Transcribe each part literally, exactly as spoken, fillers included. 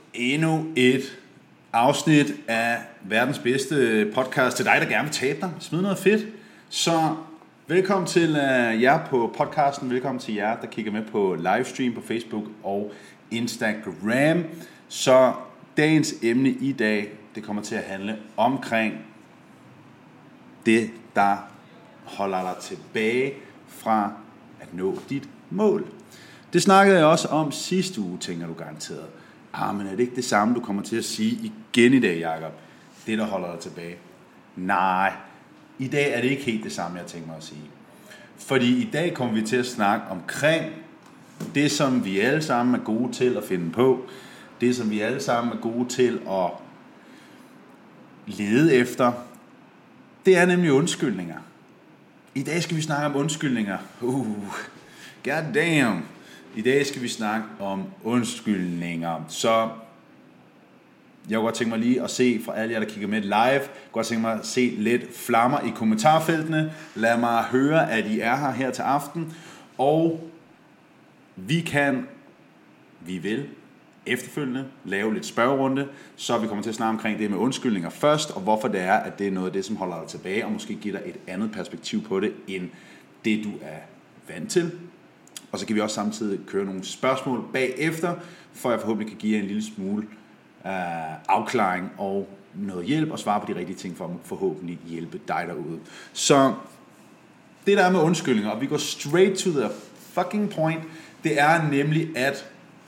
Endnu et afsnit af verdens bedste podcast til dig, der gerne vil tabe dig. Smid noget fedt. Så velkommen til uh, jer på podcasten. Velkommen til jer, der kigger med på livestream på Facebook og Instagram. Så dagens emne i dag, det kommer til at handle omkring det, der holder dig tilbage fra at nå dit mål. Det snakkede jeg også om sidste uge, tænker du garanteret. Ah, men er det ikke det samme, du kommer til at sige igen i dag, Jacob? Det, der holder dig tilbage. Nej, i dag er det ikke helt det samme, jeg tænker mig at sige. Fordi i dag kommer vi til at snakke omkring det, som vi alle sammen er gode til at finde på. Det, som vi alle sammen er gode til at lede efter. Det er nemlig undskyldninger. I dag skal vi snakke om undskyldninger. Uh, god damn. I dag skal vi snakke om undskyldninger. Så jeg kunne godt tænke mig lige at se, fra alle jer, der kigger med live, jeg kunne godt tænke mig at se lidt flammer i kommentarfeltene. Lad mig høre, at I er her her til aften. Og vi kan, vi vil, efterfølgende lave lidt spørgerunde, så vi kommer til at snakke omkring det med undskyldninger først, og hvorfor det er, at det er noget af det, som holder dig tilbage, og måske giver dig et andet perspektiv på det, end det, du er vant til. Og så kan vi også samtidig køre nogle spørgsmål bagefter, for jeg forhåbentlig kan give jer en lille smule øh, afklaring og noget hjælp, og svare på de rigtige ting for at forhåbentlig hjælpe dig derude. Så det der er med undskyldninger, og vi går straight to the fucking point, det er nemlig, at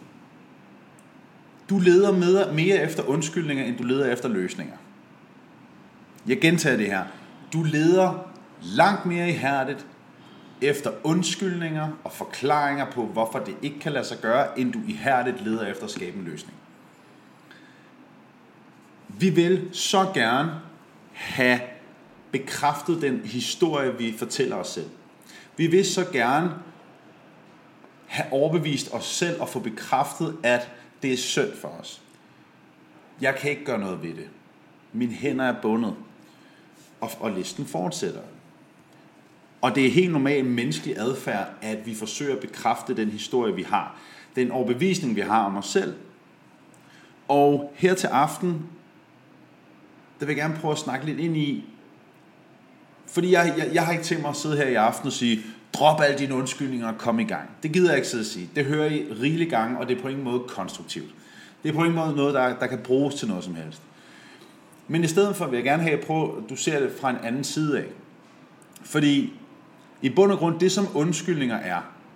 du leder med mere efter undskyldninger, end du leder efter løsninger. Jeg gentager det her. Du leder langt mere ihærdigt efter undskyldninger og forklaringer på, hvorfor det ikke kan lade sig gøre, end du ihærdigt leder efter at skabe en løsning. Vi vil så gerne have bekræftet den historie, vi fortæller os selv. Vi vil så gerne have overbevist os selv og få bekræftet, at det er synd for os. Jeg kan ikke gøre noget ved det. Mine hænder er bundet. Og, og listen fortsætter. Og det er helt normal menneskelig adfærd, at vi forsøger at bekræfte den historie, vi har. Den overbevisning, vi har om os selv. Og her til aften, der vil jeg gerne prøve at snakke lidt ind i, fordi jeg, jeg, jeg har ikke tænkt mig at sidde her i aften og sige, drop alle dine undskyldninger og kom i gang. Det gider jeg ikke sidde at sige. Det hører I rigelige gange, og det er på ingen måde konstruktivt. Det er på ingen måde noget, der, der kan bruges til noget som helst. Men i stedet for vil jeg gerne have, at prøve, du ser det fra en anden side af. Fordi i bund og grund, det som undskyldninger er,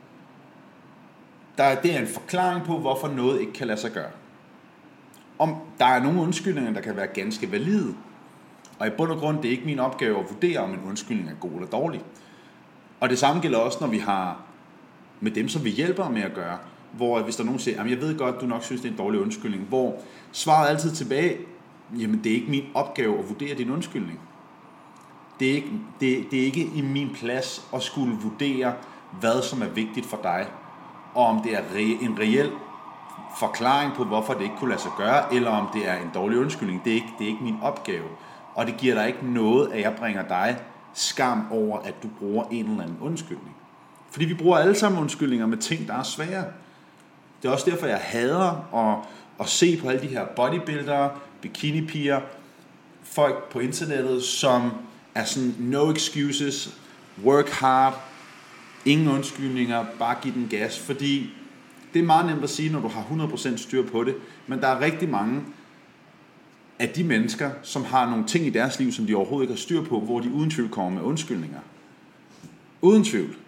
der, det er en forklaring på, hvorfor noget ikke kan lade sig gøre. Om der er nogle undskyldninger, der kan være ganske valide. Og i bund og grund, det er ikke min opgave at vurdere, om en undskyldning er god eller dårlig. Og det samme gælder også, når vi har med dem, som vi hjælper med at gøre, hvor hvis der er nogen, der siger, jamen jeg ved godt, du nok synes, det er en dårlig undskyldning, hvor svaret altid tilbage, jamen det er ikke min opgave at vurdere din undskyldning. Det er ikke, det, det er ikke i min plads at skulle vurdere, hvad som er vigtigt for dig, og om det er en reel forklaring på, hvorfor det ikke kunne lade sig gøre, eller om det er en dårlig undskyldning. Det er ikke, det er ikke min opgave. Og det giver dig ikke noget, at jeg bringer dig skam over, at du bruger en eller anden undskyldning. Fordi vi bruger alle sammen undskyldninger med ting, der er svære. Det er også derfor, jeg hader at, at se på alle de her bodybuildere, bikinipiger, folk på internettet, som er sådan no excuses, work hard, ingen undskyldninger, bare giv den gas. Fordi det er meget nemt at sige, når du har hundrede procent styr på det, men der er rigtig mange af de mennesker, som har nogle ting i deres liv, som de overhovedet ikke har styr på, hvor de uden tvivl kommer med undskyldninger. Uden tvivl.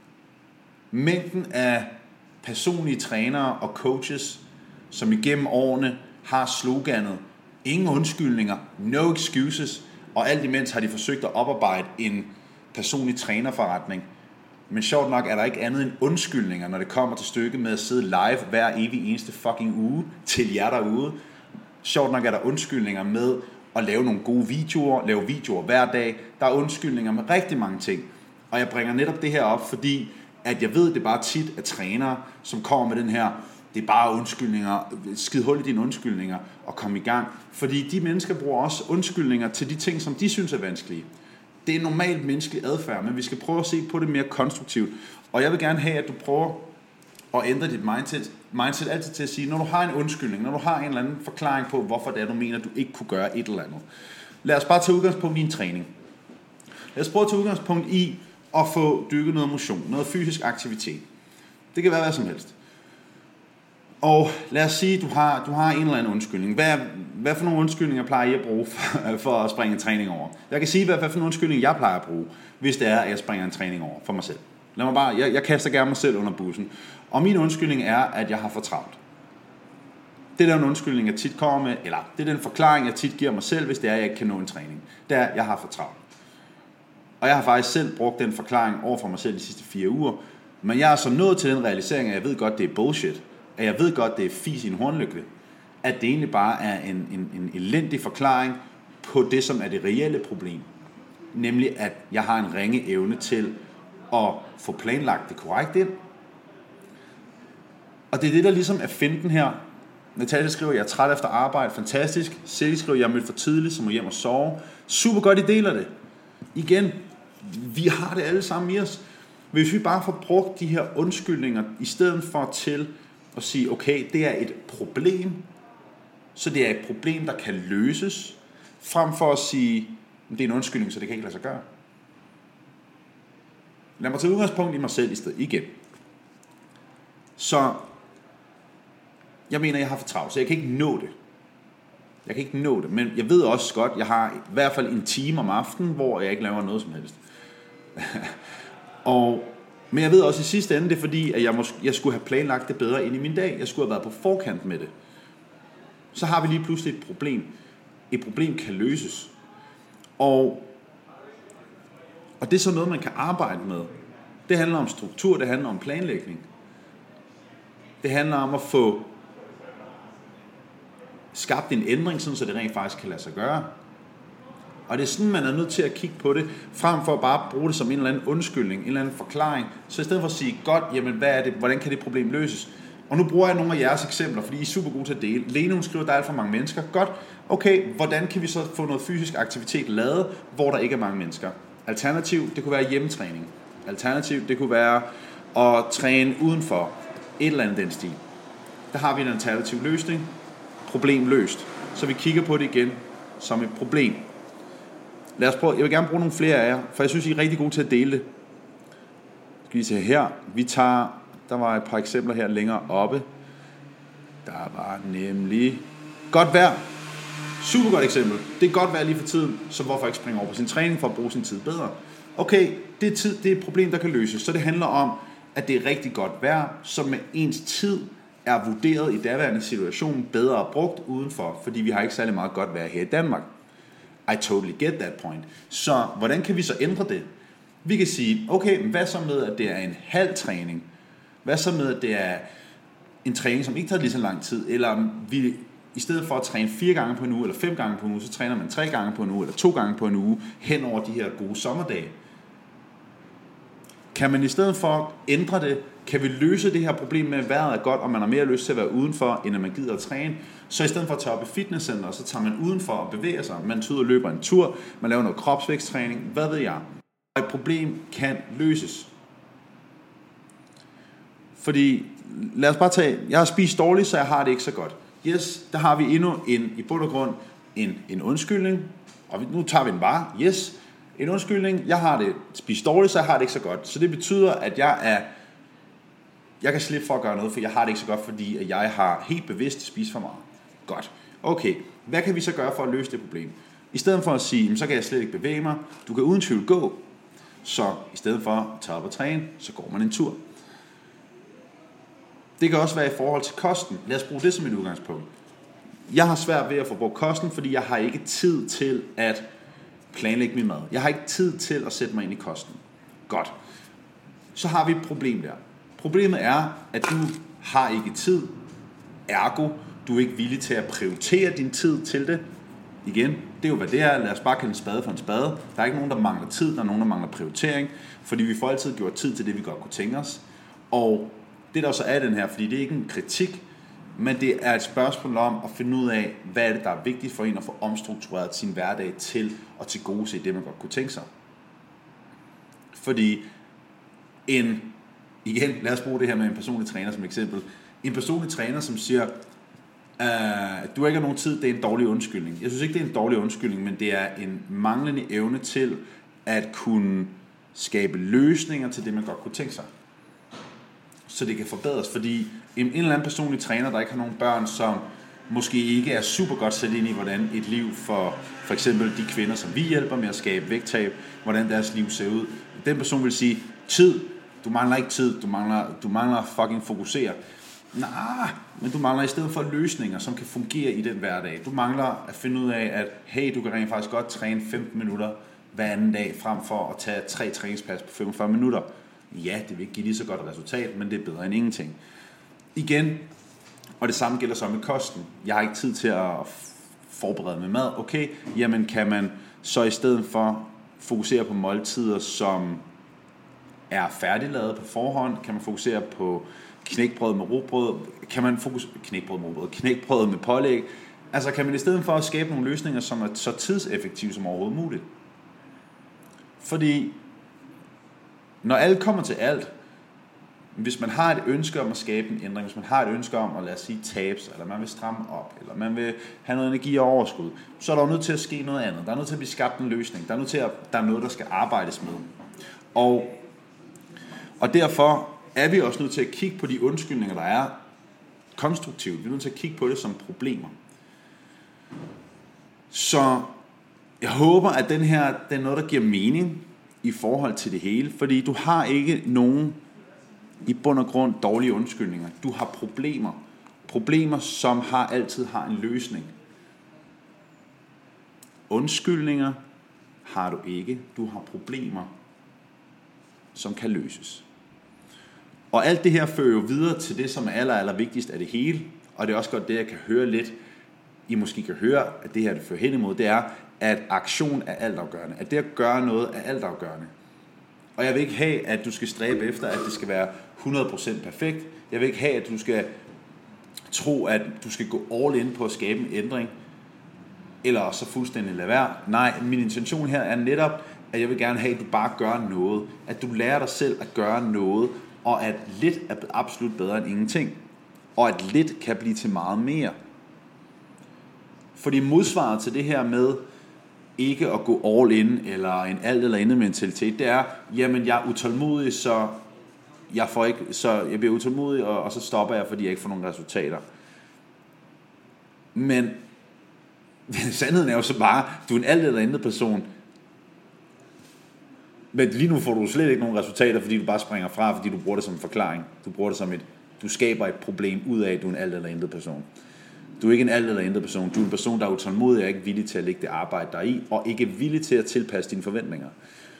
Mængden af personlige trænere og coaches, som igennem årene har sloganet, ingen undskyldninger, no excuses, og alt imens har de forsøgt at oparbejde en personlig trænerforretning. Men sjovt nok er der ikke andet end undskyldninger, når det kommer til stykket med at sidde live hver evig eneste fucking uge til jer derude. Sjovt nok er der undskyldninger med at lave nogle gode videoer, lave videoer hver dag. Der er undskyldninger med rigtig mange ting. Og jeg bringer netop det her op, fordi at jeg ved, det er bare tit af trænere, som kommer med den her, det er bare undskyldninger, skid hul i dine undskyldninger og kom i gang. Fordi de mennesker bruger også undskyldninger til de ting, som de synes er vanskelige. Det er normalt menneskelig adfærd, men vi skal prøve at se på det mere konstruktivt. Og jeg vil gerne have, at du prøver at ændre dit mindset mindset altid til at sige, når du har en undskyldning, når du har en eller anden forklaring på, hvorfor det er, du mener, du ikke kunne gøre et eller andet. Lad os bare tage udgangspunkt i en træning. Lad os prøve at tage udgangspunkt i at få dykket noget motion, noget fysisk aktivitet. Det kan være hvad som helst. Og lad os sige, at du har, du har en eller anden undskyldning. Hvad, hvad for nogle undskyldninger plejer I at bruge for, for at springe en træning over? Jeg kan sige, hvad, hvad for nogle undskyldninger jeg plejer at bruge, hvis det er, at jeg springer en træning over for mig selv. Lad mig bare, jeg, jeg kaster gerne mig selv under bussen. Og min undskyldning er, at jeg har for travlt. Det er den undskyldning, jeg tit kommer med, eller det er den forklaring, jeg tit giver mig selv, hvis det er, at jeg ikke kan nå en træning. Det er, at jeg har for travlt. Og jeg har faktisk selv brugt den forklaring over for mig selv de sidste fire uger. Men jeg er så nået til den realisering, at jeg ved godt, det er bullshit. At jeg ved godt, det er fis i en hornlygte. At det egentlig bare er en, en, en elendig forklaring på det, som er det reelle problem. Nemlig, at jeg har en ringe evne til at få planlagt det korrekt ind. Og det er det, der ligesom er finten her. Natalia skriver, jeg er træt efter arbejde. Fantastisk. Silje skriver, jeg er mødt for tidligt, så må hjem og sove. Super godt, I deler det. Igen, vi har det alle sammen i os. Hvis vi bare får brugt de her undskyldninger, i stedet for til at sige, okay, det er et problem, så det er et problem, der kan løses, frem for at sige, det er en undskyldning, så det kan ikke lade sig gøre. Lad mig tage udgangspunkt i mig selv i stedet, igen. Så, jeg mener, jeg har for travlt, så jeg kan ikke nå det. Jeg kan ikke nå det, men jeg ved også godt, jeg har i hvert fald en time om aftenen, hvor jeg ikke laver noget som helst. og, men jeg ved også i sidste ende, det er fordi, at jeg, måske, jeg skulle have planlagt det bedre ind i min dag. Jeg skulle have været på forkant med det. Så har vi lige pludselig et problem. Et problem kan løses. Og, og det er så noget, man kan arbejde med. Det handler om struktur, det handler om planlægning. Det handler om at få skabt en ændring, sådan så det rent faktisk kan lade sig gøre. Og det er sådan, man er nødt til at kigge på det, frem for at bare bruge det som en eller anden undskyldning, en eller anden forklaring. Så i stedet for at sige, godt, jamen hvad er det, hvordan kan det problem løses? Og nu bruger jeg nogle af jeres eksempler, fordi I er super gode til at dele. Lene, hun skriver, der er alt for mange mennesker. Godt, okay, hvordan kan vi så få noget fysisk aktivitet lavet, hvor der ikke er mange mennesker? Alternativ, det kunne være hjemmetræning. Alternativ, det kunne være at træne udenfor. Et eller andet den stil. Der har vi en alternativ løsning. Problem løst. Så vi kigger på det igen som et problem. Lad os prøve. Jeg vil gerne bruge nogle flere af jer, for jeg synes, I er rigtig gode til at dele det. Skal vi se her. Vi tager, der var et par eksempler her længere oppe. Der var nemlig godt vejr. Super godt eksempel. Det er godt vejr lige for tiden, så hvorfor ikke springe over på sin træning for at bruge sin tid bedre? Okay, det er, tid, det er et problem, der kan løses. Så det handler om, at det er rigtig godt vejr, som med ens tid er vurderet i daværende situation bedre brugt udenfor, fordi vi har ikke særlig meget godt vejr her i Danmark. I totally get that point. Så hvordan kan vi så ændre det? Vi kan sige, okay, hvad så med, at det er en halv træning? Hvad så med, at det er en træning, som ikke tager lige så lang tid? Eller vi, i stedet for at træne fire gange på en uge, eller fem gange på en uge, så træner man tre gange på en uge, eller to gange på en uge, hen over de her gode sommerdage. Kan man i stedet for at ændre det, kan vi løse det her problem med, at vejret er godt, og man har mere lyst til at være udenfor, end at man gider at træne. Så i stedet for at tage op i fitnesscenter, så tager man udenfor og bevæger sig. Man tager ud og løber en tur, man laver noget kropsvæksttræning, hvad ved jeg. Et problem kan løses. Fordi, lad os bare tage, jeg har spist dårligt, så jeg har det ikke så godt. Yes, der har vi endnu en, i bund og grund en, en undskyldning, og nu tager vi den bare. Yes, en undskyldning, jeg har det spist dårligt, så jeg har det ikke så godt. Så det betyder, at jeg er Jeg kan slippe for at gøre noget, for jeg har det ikke så godt, fordi at jeg har helt bevidst spist for meget. Godt. Okay, hvad kan vi så gøre for at løse det problem? I stedet for at sige, så kan jeg slet ikke bevæge mig, du kan uden tvivl gå. Så i stedet for at tage op og træne, så går man en tur. Det kan også være i forhold til kosten. Lad os bruge det som et udgangspunkt. Jeg har svært ved at få brugt kosten, fordi jeg har ikke tid til at planlægge min mad. Jeg har ikke tid til at sætte mig ind i kosten. Godt. Så har vi et problem der. Problemet er, at du har ikke tid, ergo, du er ikke villig til at prioritere din tid til det. Igen, det er jo hvad det er, lad os bare kalde en spade for en spade. Der er ikke nogen, der mangler tid, der er nogen, der mangler prioritering, fordi vi får altid gjort tid til det, vi godt kunne tænke os. Og det der så er den her, fordi det er ikke en kritik, men det er et spørgsmål om at finde ud af, hvad er det, der er vigtigt for en at få omstruktureret sin hverdag til at tilgodese det, man godt kunne tænke sig. Fordi en Igen, lad os bruge det her med en personlig træner som eksempel. en personlig træner, som siger, uh, du har ikke nogen tid, det er en dårlig undskyldning. Jeg synes ikke, det er en dårlig undskyldning, men det er en manglende evne til at kunne skabe løsninger til det, man godt kunne tænke sig. Så det kan forbedres, fordi en, en eller anden personlig træner, der ikke har nogen børn, som måske ikke er super godt sat ind i, hvordan et liv for for eksempel de kvinder, som vi hjælper med at skabe vægttab, hvordan deres liv ser ud. Den person vil sige, tid, du mangler ikke tid, du mangler, du mangler fucking fokusere. Nej, men du mangler i stedet for løsninger, som kan fungere i den hverdag. Du mangler at finde ud af, at hey, du kan rent faktisk godt træne femten minutter hver anden dag, frem for at tage tre træningspas på femogfyrre minutter. Ja, det vil ikke give lige så godt et resultat, men det er bedre end ingenting. Igen, og det samme gælder så med kosten. Jeg har ikke tid til at forberede med mad. Okay, jamen kan man så i stedet for fokusere på måltider, som er færdiglavet på forhånd? Kan man fokusere på knækbrød med rugbrød? Kan man fokusere knækbrød med rugbrød? Knækbrød med pålæg? Altså kan man i stedet for at skabe nogle løsninger, som er så tidseffektive som overhovedet muligt? Fordi når alt kommer til alt, hvis man har et ønske om at skabe en ændring, hvis man har et ønske om at lade os sige tabe sig, eller man vil stramme op, eller man vil have noget energi og overskud, så er der nødt til at ske noget andet. Der er nødt til at blive skabt en løsning. Der er nødt til at der er noget, der skal arbejdes med. Og, og derfor er vi også nødt til at kigge på de undskyldninger, der er konstruktivt. Vi er nødt til at kigge på det som problemer. Så jeg håber, at den her den er noget, der giver mening i forhold til det hele, fordi du har ikke nogen i bund og grund dårlige undskyldninger. Du har problemer. Problemer, som har altid har en løsning. Undskyldninger har du ikke. Du har problemer, som kan løses. Og alt det her fører jo videre til det, som er aller, aller vigtigst af det hele. Og det er også godt det, jeg kan høre lidt. I måske kan høre, at det her, det fører hen imod, det er, at aktion er altafgørende. At det at gøre noget er altafgørende. Og jeg vil ikke have, at du skal stræbe efter, at det skal være hundrede procent perfekt. Jeg vil ikke have, at du skal tro, at du skal gå all in på at skabe en ændring, eller så fuldstændig lade være. Nej, min intention her er netop, at jeg vil gerne have, at du bare gør noget. At du lærer dig selv at gøre noget, og at lidt er absolut bedre end ingenting. Og at lidt kan blive til meget mere. Fordi modsvaret til det her med ikke at gå all in, eller en alt eller intet mentalitet, det er, jamen jeg er utålmodig, så jeg, får ikke, så jeg bliver utålmodig, og, og så stopper jeg, fordi jeg ikke får nogle resultater. Men sandheden er jo så bare, du er en alt eller intet person, men lige nu får du slet ikke nogen resultater, fordi du bare springer fra, fordi du bruger det som en forklaring. Du bruger det som et, du skaber et problem ud af, at du er en alt eller intet person. Du er ikke en alt eller intet person. Du er en person, der er utålmodig og ikke villig til at lægge det arbejde, der er i, og ikke villig til at tilpasse dine forventninger.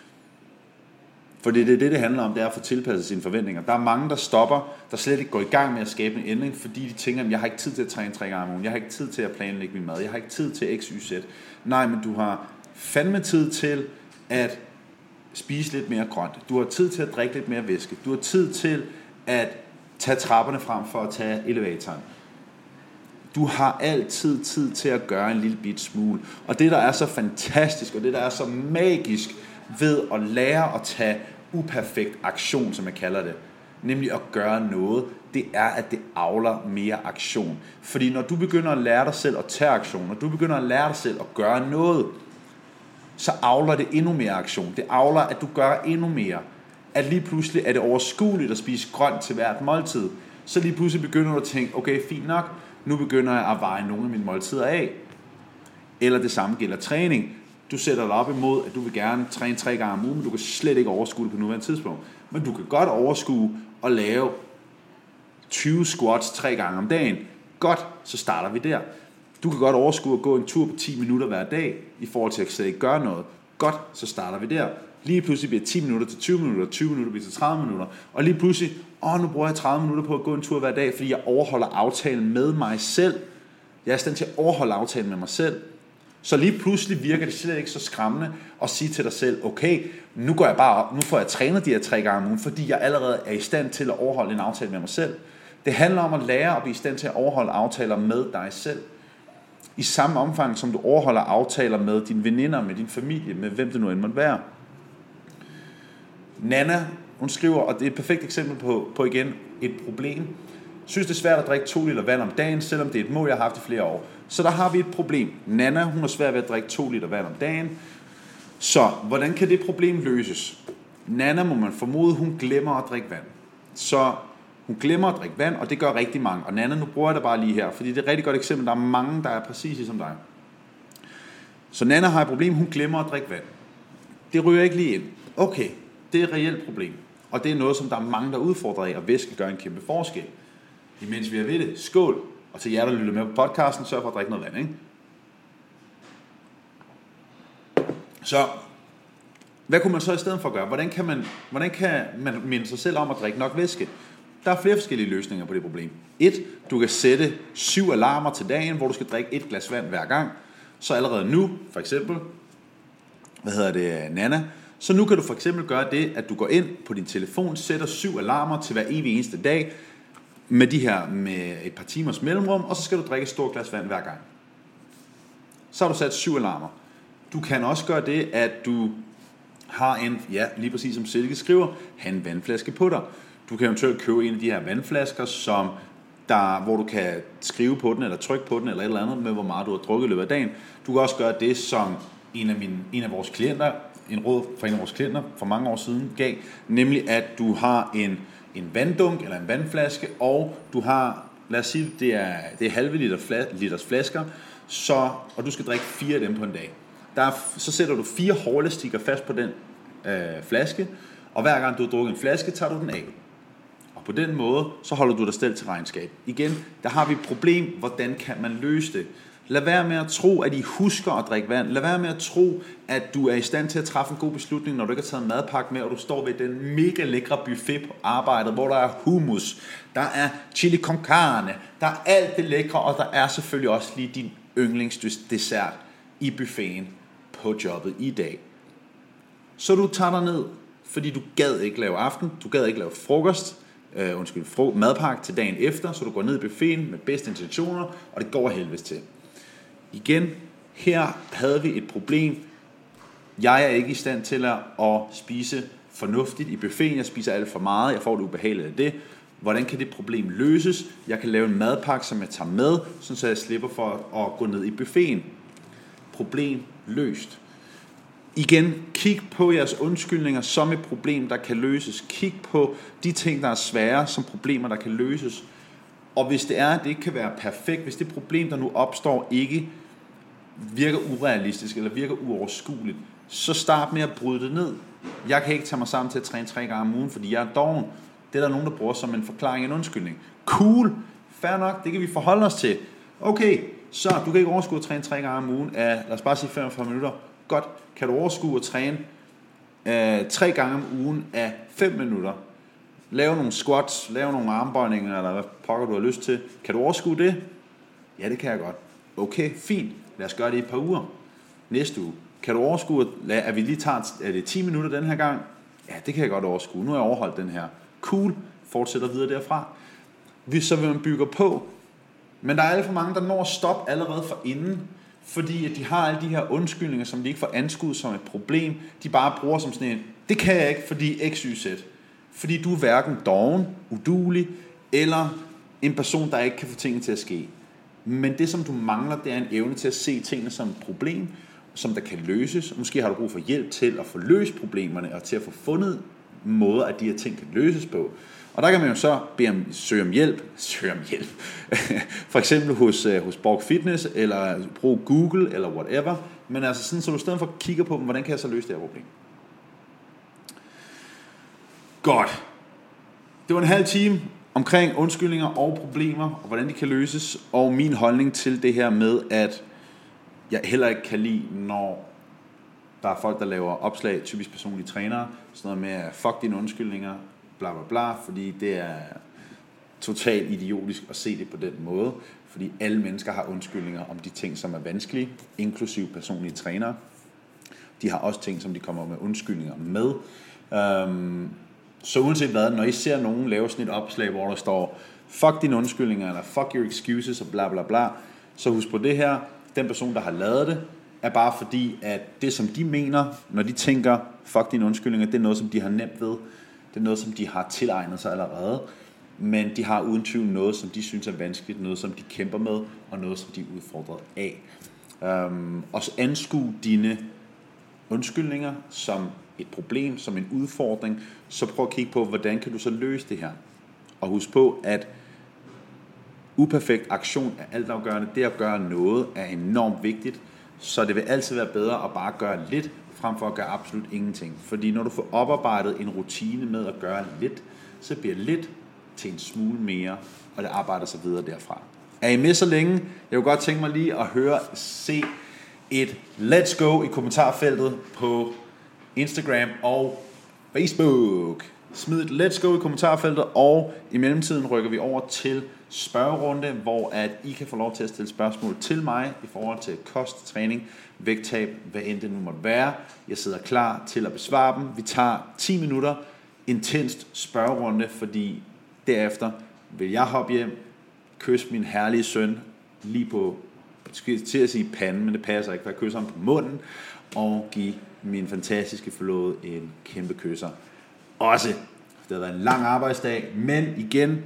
For det er det, det handler om, det er at få tilpasset sine forventninger. Der er mange, der stopper, der slet ikke går i gang med at skabe en ændring, fordi de tænker, at jeg har ikke tid til at træne tre gange om ugen, jeg har ikke tid til at planlægge min mad, jeg har ikke tid til X, Y, Z. Nej, men du har fandme tid til at spise lidt mere grønt. Du har tid til at drikke lidt mere væske. Du har tid til at tage trapperne frem for at tage elevatoren. Du har altid tid til at gøre en lille bit smule. Og det, der er så fantastisk, og det, der er så magisk ved at lære at tage uperfekt aktion, som jeg kalder det, nemlig at gøre noget, det er, at det avler mere aktion. Fordi når du begynder at lære dig selv at tage aktion, når du begynder at lære dig selv at gøre noget, så avler det endnu mere aktion. Det avler, at du gør endnu mere. At lige pludselig er det overskueligt at spise grønt til hvert måltid. Så lige pludselig begynder du at tænke, okay, fint nok, nu begynder jeg at veje nogle af mine måltider af. Eller det samme gælder træning. Du sætter dig op imod, at du vil gerne træne tre gange om ugen, men du kan slet ikke overskue det på nuværende tidspunkt. Men du kan godt overskue at lave tyve squats tre gange om dagen. Godt, så starter vi der. Du kan godt overskue at gå en tur på ti minutter hver dag, i forhold til at slet ikke gøre noget. Godt, så starter vi der. Lige pludselig bliver ti minutter til tyve minutter, tyve minutter bliver til tredive minutter. Og lige pludselig, åh, nu bruger jeg tredive minutter på at gå en tur hver dag, fordi jeg overholder aftalen med mig selv. Jeg er i stand til at overholde aftalen med mig selv. Så lige pludselig virker det slet ikke så skræmmende at sige til dig selv, okay, nu går jeg bare op, nu får jeg trænet de her tre gange om ugen, fordi jeg allerede er i stand til at overholde en aftale med mig selv. Det handler om at lære at blive i stand til at overholde aftaler med dig selv. I samme omfang, som du overholder aftaler med dine veninder, med din familie, med hvem det nu end måtte være. Nana, hun skriver, og det er et perfekt eksempel på, på igen et problem. synes det er svært at drikke to liter vand om dagen, selvom det er et mål, jeg har haft i flere år. Så der har vi et problem. Nana, hun er svært ved at drikke to liter vand om dagen. Så hvordan kan det problem løses? Nana, må man formode, hun glemmer at drikke vand. Så hun glemmer at drikke vand, og det gør rigtig mange. Og Nana, nu bruger jeg det bare lige her, fordi det er et rigtig godt eksempel. Der er mange, der er præcis ligesom dig. Så Nana har et problem, hun glemmer at drikke vand. Det ryger ikke lige ind. Okay, det er et reelt problem. Og det er noget, som der er mange, der udfordrer af, og væske gør en kæmpe forskel. Imens vi er ved det, skål. Og til jer, der lytter med på podcasten, sørg for at drikke noget vand, ikke? Så, hvad kunne man så i stedet for gøre? Hvordan kan man, hvordan kan man minde sig selv om at drikke nok væske? Der er flere forskellige løsninger på det problem. Et, du kan sætte syv alarmer til dagen, hvor du skal drikke et glas vand hver gang. Så allerede nu, for eksempel, hvad hedder det, Nana, så nu kan du for eksempel gøre det, at du går ind på din telefon, sætter syv alarmer til hver evig eneste dag, med de her med et par timers mellemrum, og så skal du drikke et stort glas vand hver gang. Så har du sat syv alarmer. Du kan også gøre det, at du har en, ja, lige præcis som Silke skriver, have en vandflaske på dig. Du kan eventuelt købe en af de her vandflasker, som der, hvor du kan skrive på den, eller trykke på den, eller et eller andet, med hvor meget du har drukket i løbet af dagen. Du kan også gøre det, som en af, mine, en af vores klienter, en råd fra en af vores klienter for mange år siden gav, nemlig at du har en, en vanddunk, eller en vandflaske, og du har, lad os sige, det er, det er halve liter fla, liters flasker, så, og du skal drikke fire af dem på en dag. Der er, så sætter du fire hårelastikker fast på den øh, flaske, og hver gang du har drukket en flaske, tager du den af. Og på den måde, så holder du dig selv til regnskab. Igen, der har vi et problem, hvordan kan man løse det? Lad være med at tro, at I husker at drikke vand. Lad være med at tro, at du er i stand til at træffe en god beslutning, når du ikke har taget en madpakke med, og du står ved den mega lækre buffet på arbejdet, hvor der er hummus, der er chili con carne, der er alt det lækre, og der er selvfølgelig også lige din yndlingsdessert i buffeten på jobbet i dag. Så du tager dig ned, fordi du gad ikke lave aften, du gad ikke lave frokost, øh, undskyld, fro- madpakke til dagen efter, så du går ned i buffeten med bedste intentioner, og det går helvedes til. Igen, her havde vi et problem. Jeg er ikke i stand til at spise fornuftigt i buffeten. Jeg spiser alt for meget. Jeg får det ubehageligt af det. Hvordan kan det problem løses? Jeg kan lave en madpakke, som jeg tager med, så jeg slipper for at gå ned i buffeten. Problem løst. Igen, kig på jeres undskyldninger som et problem, der kan løses. Kig på de ting, der er svære, som problemer, der kan løses. Og hvis det er, at det ikke kan være perfekt, hvis det problem, der nu opstår, ikke virker urealistisk eller virker uoverskueligt, så start med at bryde det ned. Jeg kan ikke tage mig sammen til at træne tre gange om ugen, fordi jeg er doven. Det er der nogen, der bruger som en forklaring, en undskyldning. Cool, fair nok, det kan vi forholde os til. Okay, så du kan ikke overskue at træne tre gange om ugen af, lad os bare sige femogfyrre minutter. Godt, kan du overskue at træne øh, tre gange om ugen af fem minutter? Lave nogle squats, lave nogle armbøjninger, eller hvad pokker du har lyst til. Kan du overskue det? Ja, det kan jeg godt. Okay, fint. Lad os gøre det i et par uger. Næste uge. Kan du overskue, at vi lige tager, er det ti minutter den her gang? Ja, det kan jeg godt overskue. Nu har jeg overholdt den her. Cool. Fortsætter videre derfra. Hvis så vil man bygge på. Men der er alt for mange, der når at stoppe allerede for inden, fordi at de har alle de her undskyldninger, som de ikke får anskuet som et problem. De bare bruger som sådan en, det kan jeg ikke, fordi X Y Z. Fordi du er hverken doven, uduelig, eller en person, der ikke kan få tingene til at ske. Men det, som du mangler, det er en evne til at se tingene som et problem, som der kan løses. Måske har du brug for hjælp til at få løst problemerne, og til at få fundet måder, at de her ting kan løses på. Og der kan man jo så bede om, søge om hjælp, søge om hjælp, for eksempel hos, hos Borg Fitness, eller brug Google, eller whatever. Men altså sådan, så du i stedet for kigger på, hvordan kan jeg så løse det her problem. Godt. Det var en halv time omkring undskyldninger og problemer, og hvordan de kan løses, og min holdning til det her med, at jeg heller ikke kan lide, når der er folk, der laver opslag, typisk personlige trænere, sådan noget med, fuck dine undskyldninger, bla bla bla, fordi det er totalt idiotisk at se det på den måde, fordi alle mennesker har undskyldninger om de ting, som er vanskelige, inklusive personlige trænere. De har også ting, som de kommer med undskyldninger med. Um, så uanset hvad, når I ser nogen lave sådan et opslag, hvor der står, fuck dine undskyldninger, eller fuck your excuses, og bla bla bla, så husk på det her, den person, der har lavet det, er bare fordi, at det, som de mener, når de tænker, fuck dine undskyldninger, det er noget, som de har nemt ved. Det er noget, som de har tilegnet sig allerede. men de har uden tvivl noget, som de synes er vanskeligt, noget, som de kæmper med, og noget, som de er udfordret af. Um, og så anskue dine undskyldninger som et problem, som en udfordring, så prøv at kigge på, hvordan kan du så løse det her. Og husk på, at uperfekt aktion er altafgørende. Det at gøre noget er enormt vigtigt, så det vil altid være bedre at bare gøre lidt, frem for at gøre absolut ingenting. Fordi når du får oparbejdet en rutine med at gøre lidt, så bliver lidt til en smule mere, og det arbejder sig videre derfra. Er I med så længe? Jeg kunne godt tænke mig lige at høre, se et let's go i kommentarfeltet på Instagram og Facebook. Smid et let's go i kommentarfeltet, og i mellemtiden rykker vi over til spørgerunde, hvor at I kan få lov til at stille spørgsmål til mig i forhold til kost, træning, vægttab, hvad end det nu måtte være. Jeg sidder klar til at besvare dem. Vi tager ti minutter intenst spørgerunde, fordi derefter vil jeg hoppe hjem, kysse min herlige søn lige på, skal til at sige panden, men det passer ikke, for jeg kysser ham på munden, og give min fantastiske forlovede en kæmpe kysser. Også, det har været en lang arbejdsdag, men igen,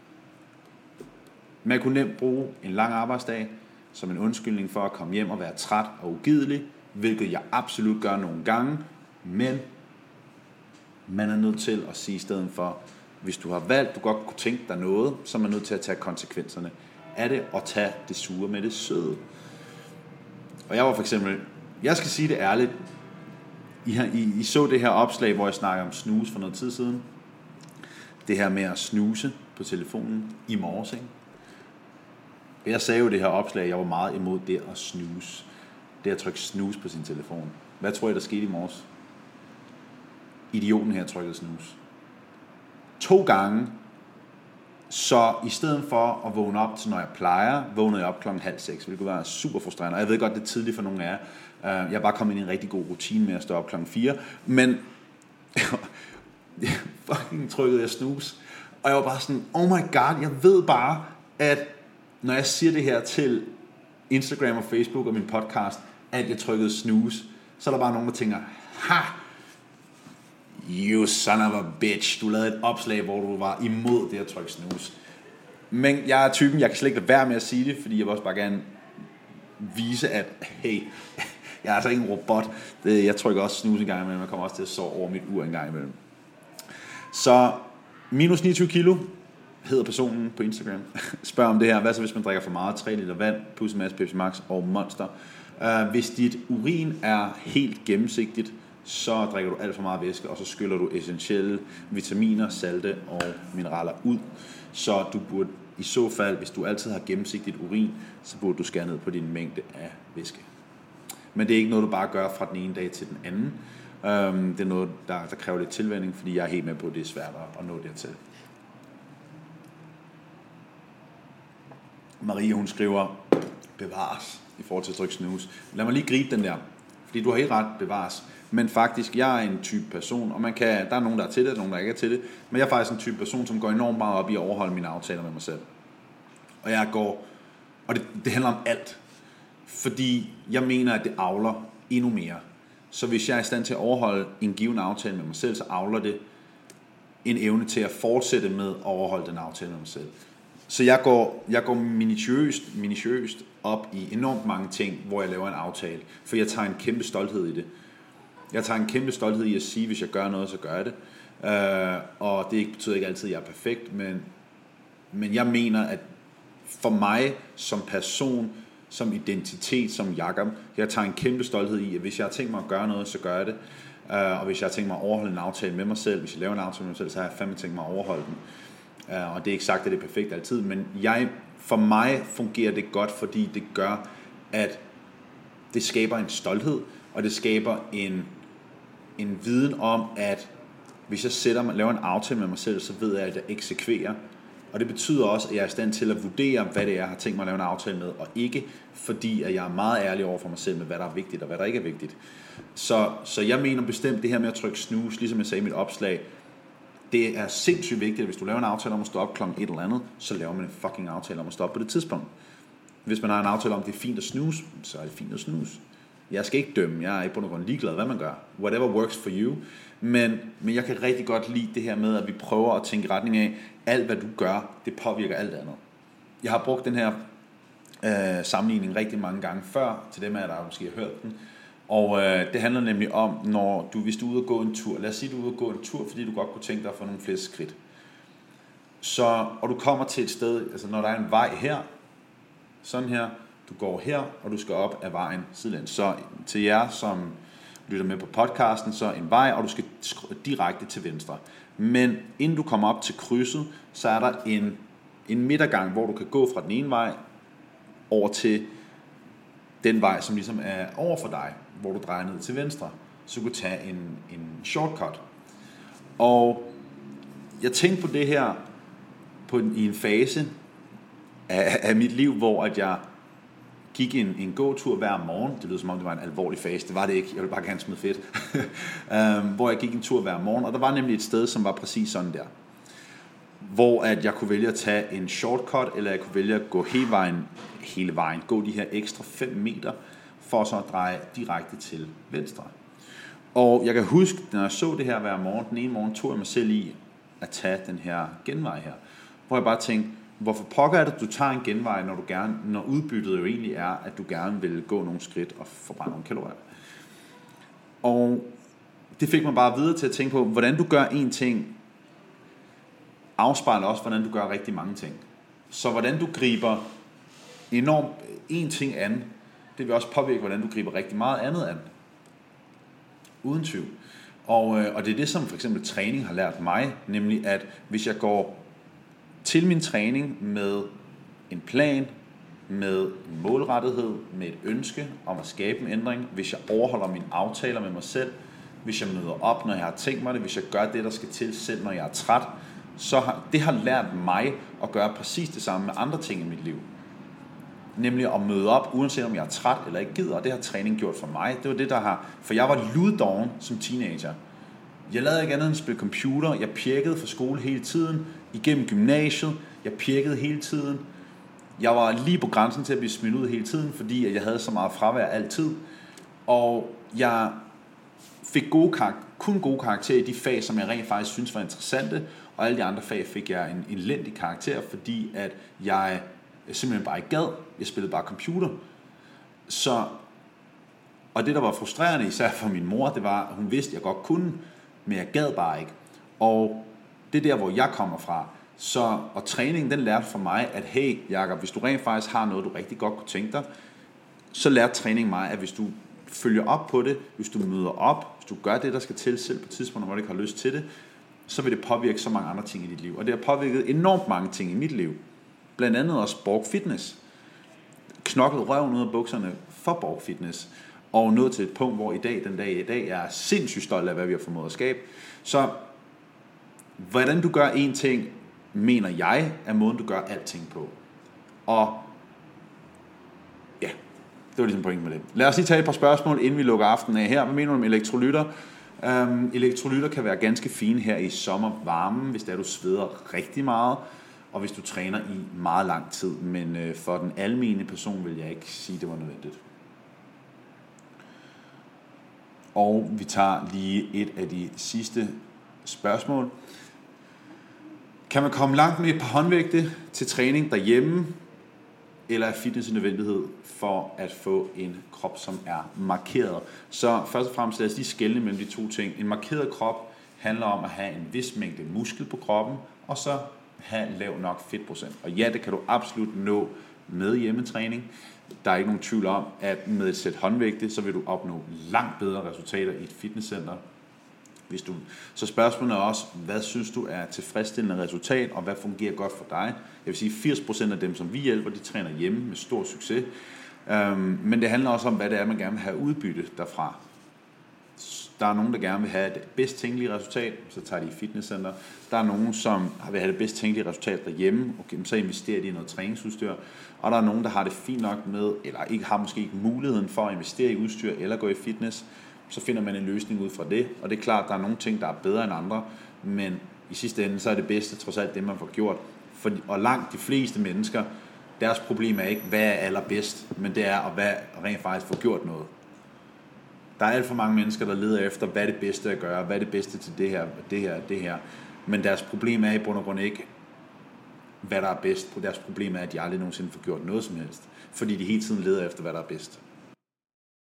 man kunne nemt bruge en lang arbejdsdag som en undskyldning for at komme hjem og være træt og ugidelig, hvilket jeg absolut gør nogle gange, men man er nødt til at sige i stedet for, hvis du har valgt, du godt kunne tænke dig noget, så er man nødt til at tage konsekvenserne af det, og tage det sure med det søde. Og jeg var for eksempel, jeg skal sige det ærligt, I, har, I, I så det her opslag, hvor jeg snakker om snus for noget tid siden. Det her med at snuse på telefonen i morges, ikke? Jeg sagde jo det her opslag, jeg var meget imod det at snuse. Det at trykke snus på sin telefon. Hvad tror I, der skete i morges? Idioten her trykkede snus. To gange, så i stedet for at vågne op til, når jeg plejer, vågnede jeg op klokken halv seks, hvilket var super frustrerende. Og jeg ved godt, det er tidligt for nogle af jer. Jeg er bare kommet ind i en rigtig god rutine med at stå op klokken fire. Men fucking trykkede jeg snus. Og jeg var bare sådan, oh my god, jeg ved bare, at når jeg siger det her til Instagram og Facebook og min podcast, at jeg trykkede snus, så er der bare nogen, der tænker, ha, you son of a bitch, du lavede et opslag, hvor du var imod det at trykke snus. Men jeg er typen, jeg kan slet ikke lade være med at sige det, fordi jeg vil også bare gerne vise, at hey, jeg er altså ikke en robot. Det, jeg trykker også snus en gang imellem, jeg kommer også til at sove over mit ur en gang imellem. Så minus niogtyve kilo hedder personen på Instagram. Spørg om det her. Hvad så hvis man drikker for meget? tre liter vand, plus en masse Pepsi Max og Monster. Uh, hvis dit urin er helt gennemsigtigt, så drikker du alt for meget væske, og så skyller du essentielle vitaminer, salte og mineraler ud. Så du burde i så fald, hvis du altid har gennemsigtigt urin, så burde du skære ned på din mængde af væske. Men det er ikke noget, du bare gør fra den ene dag til den anden. Um, det er noget, der, der kræver lidt tilvænning, fordi jeg er helt med på, at det er svært at nå dertil. Marie, hun skriver, bevares i forhold til at trykke snus. Lad mig lige gribe den der, fordi du har helt ret, bevares. Men faktisk, jeg er en type person, og man kan, der er nogen, der er til det, nogen, der ikke er til det, men jeg er faktisk en type person, som går enormt meget op i at overholde mine aftaler med mig selv. Og jeg går, og det, det handler om alt, fordi jeg mener, at det avler endnu mere. Så hvis jeg er i stand til at overholde en given aftale med mig selv, så avler det en evne til at fortsætte med at overholde den aftale med mig selv. Så jeg går, jeg går minutiøst, minutiøst op i enormt mange ting, hvor jeg laver en aftale, for jeg tager en kæmpe stolthed i det. Jeg tager en kæmpe stolthed i at sige, hvis jeg gør noget, så gør jeg det. Uh, og det betyder ikke altid, at jeg er perfekt, men, men jeg mener, at for mig som person, som identitet, som Jakob, jeg tager en kæmpe stolthed i, at hvis jeg har tænkt mig at gøre noget, så gør jeg det. Uh, og hvis jeg har tænkt mig at overholde en aftale med mig selv, hvis jeg laver en aftale med mig selv, så har jeg fandme tænkt mig at overholde den. Uh, og det er ikke sagt, at det er perfekt altid, men jeg, for mig fungerer det godt, fordi det gør, at det skaber en stolthed, og det skaber en, en viden om, at hvis jeg sætter mig, laver en aftale med mig selv, så ved jeg, at jeg eksekverer. Og det betyder også, at jeg er i stand til at vurdere, hvad det er, jeg har tænkt mig at lave en aftale med, og ikke fordi, at jeg er meget ærlig over for mig selv med, hvad der er vigtigt, og hvad der ikke er vigtigt. Så, så jeg mener bestemt, det her med at trykke snus, ligesom jeg sagde i mit opslag, det er sindssygt vigtigt, at hvis du laver en aftale om at stå op klokken et eller andet, så laver man en fucking aftale om at stå op på det tidspunkt. Hvis man har en aftale om, at det er fint at snuse, så er det fint at snuse. Jeg skal ikke dømme, jeg er i bund og grund ligeglad, hvad man gør. Whatever works for you. Men, men jeg kan rigtig godt lide det her med, at vi prøver at tænke i retning af, alt hvad du gør, det påvirker alt andet. Jeg har brugt den her øh, sammenligning rigtig mange gange før, til dem af jer, der måske har hørt den. Og øh, det handler nemlig om, når du, hvis du er ude og gå en tur, lad os sige, du er ude og gå en tur, fordi du godt kunne tænke dig at få nogle flere skridt. Så, og du kommer til et sted, altså når der er en vej her, sådan her, du går her, og du skal op ad vejen sidelæns. Så til jer, som lytter med på podcasten, så en vej, og du skal direkte til venstre. Men inden du kommer op til krydset, så er der en, en midtergang, hvor du kan gå fra den ene vej over til den vej, som ligesom er over for dig, hvor du drejer ned til venstre. Så du kan tage en, en shortcut. Og jeg tænkte på det her på en, i en fase af, af mit liv, hvor at jeg gik en, en gåtur hver morgen. Det lyder som om det var en alvorlig fase. Det var det ikke. Jeg ville bare gerne smide fedt. um, hvor jeg gik en tur hver morgen. Og der var nemlig et sted, som var præcis sådan der. Hvor at jeg kunne vælge at tage en shortcut, eller jeg kunne vælge at gå hele vejen, hele vejen. Gå de her ekstra fem meter, for så at dreje direkte til venstre. Og jeg kan huske, når jeg så det her hver morgen, den ene morgen tog jeg mig selv i at tage den her genvej her. Hvor jeg bare tænkte, hvorfor pokker er det, at du tager en genvej, når, du gerne, når udbyttet jo egentlig er, at du gerne vil gå nogle skridt og forbrænde nogle kalorier. Og det fik mig bare videre til at tænke på, hvordan du gør en ting, afspejler også, hvordan du gør rigtig mange ting. Så hvordan du griber enormt en ting an, det vil også påvirke, hvordan du griber rigtig meget andet an. Uden tvivl. Og, og det er det, som for eksempel træning har lært mig, nemlig at hvis jeg går til min træning med en plan, med en målrettighed, med et ønske om at skabe en ændring, hvis jeg overholder mine aftaler med mig selv, hvis jeg møder op, når jeg har tænkt mig det, hvis jeg gør det, der skal til selv, når jeg er træt, så har det har lært mig at gøre præcis det samme med andre ting i mit liv. Nemlig at møde op, uanset om jeg er træt eller ikke gider, og det har træning gjort for mig. Det var det, der har, for jeg var luddoven som teenager. Jeg lavede ikke andet end at spille computer, jeg pjekkede fra skole hele tiden, igennem gymnasiet, jeg pjekkede hele tiden. Jeg var lige på grænsen til at blive smidt ud hele tiden, fordi jeg havde så meget fravær altid. Og jeg fik gode karakter, kun gode karakterer i de fag, som jeg rent faktisk synes var interessante, og alle de andre fag fik jeg en elendig karakter, fordi at jeg simpelthen bare ikke gad. Jeg spillede bare computer. Så, og det, der var frustrerende, især for min mor, det var, at hun vidste, at jeg godt kunne, men jeg gad bare ikke. Og det er der, hvor jeg kommer fra. Så, og træningen, den lærte for mig, at hey, Jakob, hvis du rent faktisk har noget, du rigtig godt kunne tænke dig, så lærte træningen mig, at hvis du følger op på det, hvis du møder op, hvis du gør det, der skal til selv på tidspunkter, hvor du ikke har lyst til det, så vil det påvirke så mange andre ting i dit liv. Og det har påvirket enormt mange ting i mit liv. Blandt andet også Borg Fitness. Knoklet røven ud af bukserne for Borg Fitness. Og nået til et punkt, hvor i dag, den dag i dag, jeg er sindssygt stolt af, hvad vi har formået at skabe. Så hvordan du gør en ting, mener jeg, er måden, du gør alting på. Og ja, det var ligesom pointen med det. Lad os lige tage et par spørgsmål, inden vi lukker aftenen af her. Hvad mener du om elektrolytter? Um, elektrolytter kan være ganske fine her i sommervarmen, hvis det er, du sveder rigtig meget, og hvis du træner i meget lang tid. Men uh, for den almene person vil jeg ikke sige, det var nødvendigt. Og vi tager lige et af de sidste spørgsmål. Kan man komme langt med et par håndvægte til træning derhjemme, eller er fitness en nødvendighed for at få en krop, som er markeret? Så først og fremmest lad os lige skelne mellem de to ting. En markeret krop handler om at have en vis mængde muskel på kroppen, og så have lav nok fedtprocent. Og ja, det kan du absolut nå med hjemmetræning. Der er ikke nogen tvivl om, at med et sæt håndvægte, så vil du opnå langt bedre resultater i et fitnesscenter. Hvis du, så spørgsmålet er også, hvad synes du er tilfredsstillende resultat, og hvad fungerer godt for dig? Jeg vil sige, firs procent af dem, som vi hjælper, de træner hjemme med stor succes. Um, men det handler også om, hvad det er, man gerne vil have udbytte derfra. Der er nogen, der gerne vil have det bedst tænkelige resultat, så tager de i fitnesscenter. Der er nogen, som vil have det bedst tænkelige resultat derhjemme, og så investerer de i noget træningsudstyr. Og der er nogen, der har det fint nok med, eller ikke har måske ikke muligheden for at investere i udstyr eller gå i fitness. Så finder man en løsning ud fra det, og det er klart, at der er nogle ting, der er bedre end andre, men i sidste ende, så er det bedste trods alt det, man får gjort. For, og langt de fleste mennesker, deres problem er ikke, hvad er allerbedst, men det er at hvad rent faktisk få gjort noget. Der er alt for mange mennesker, der leder efter, hvad er det bedste at gøre, hvad er det bedste til det her, det her, det her. Men deres problem er i bund og grund ikke, hvad der er bedst. Deres problem er, at de aldrig nogensinde får gjort noget som helst. Fordi de hele tiden leder efter, hvad der er bedst.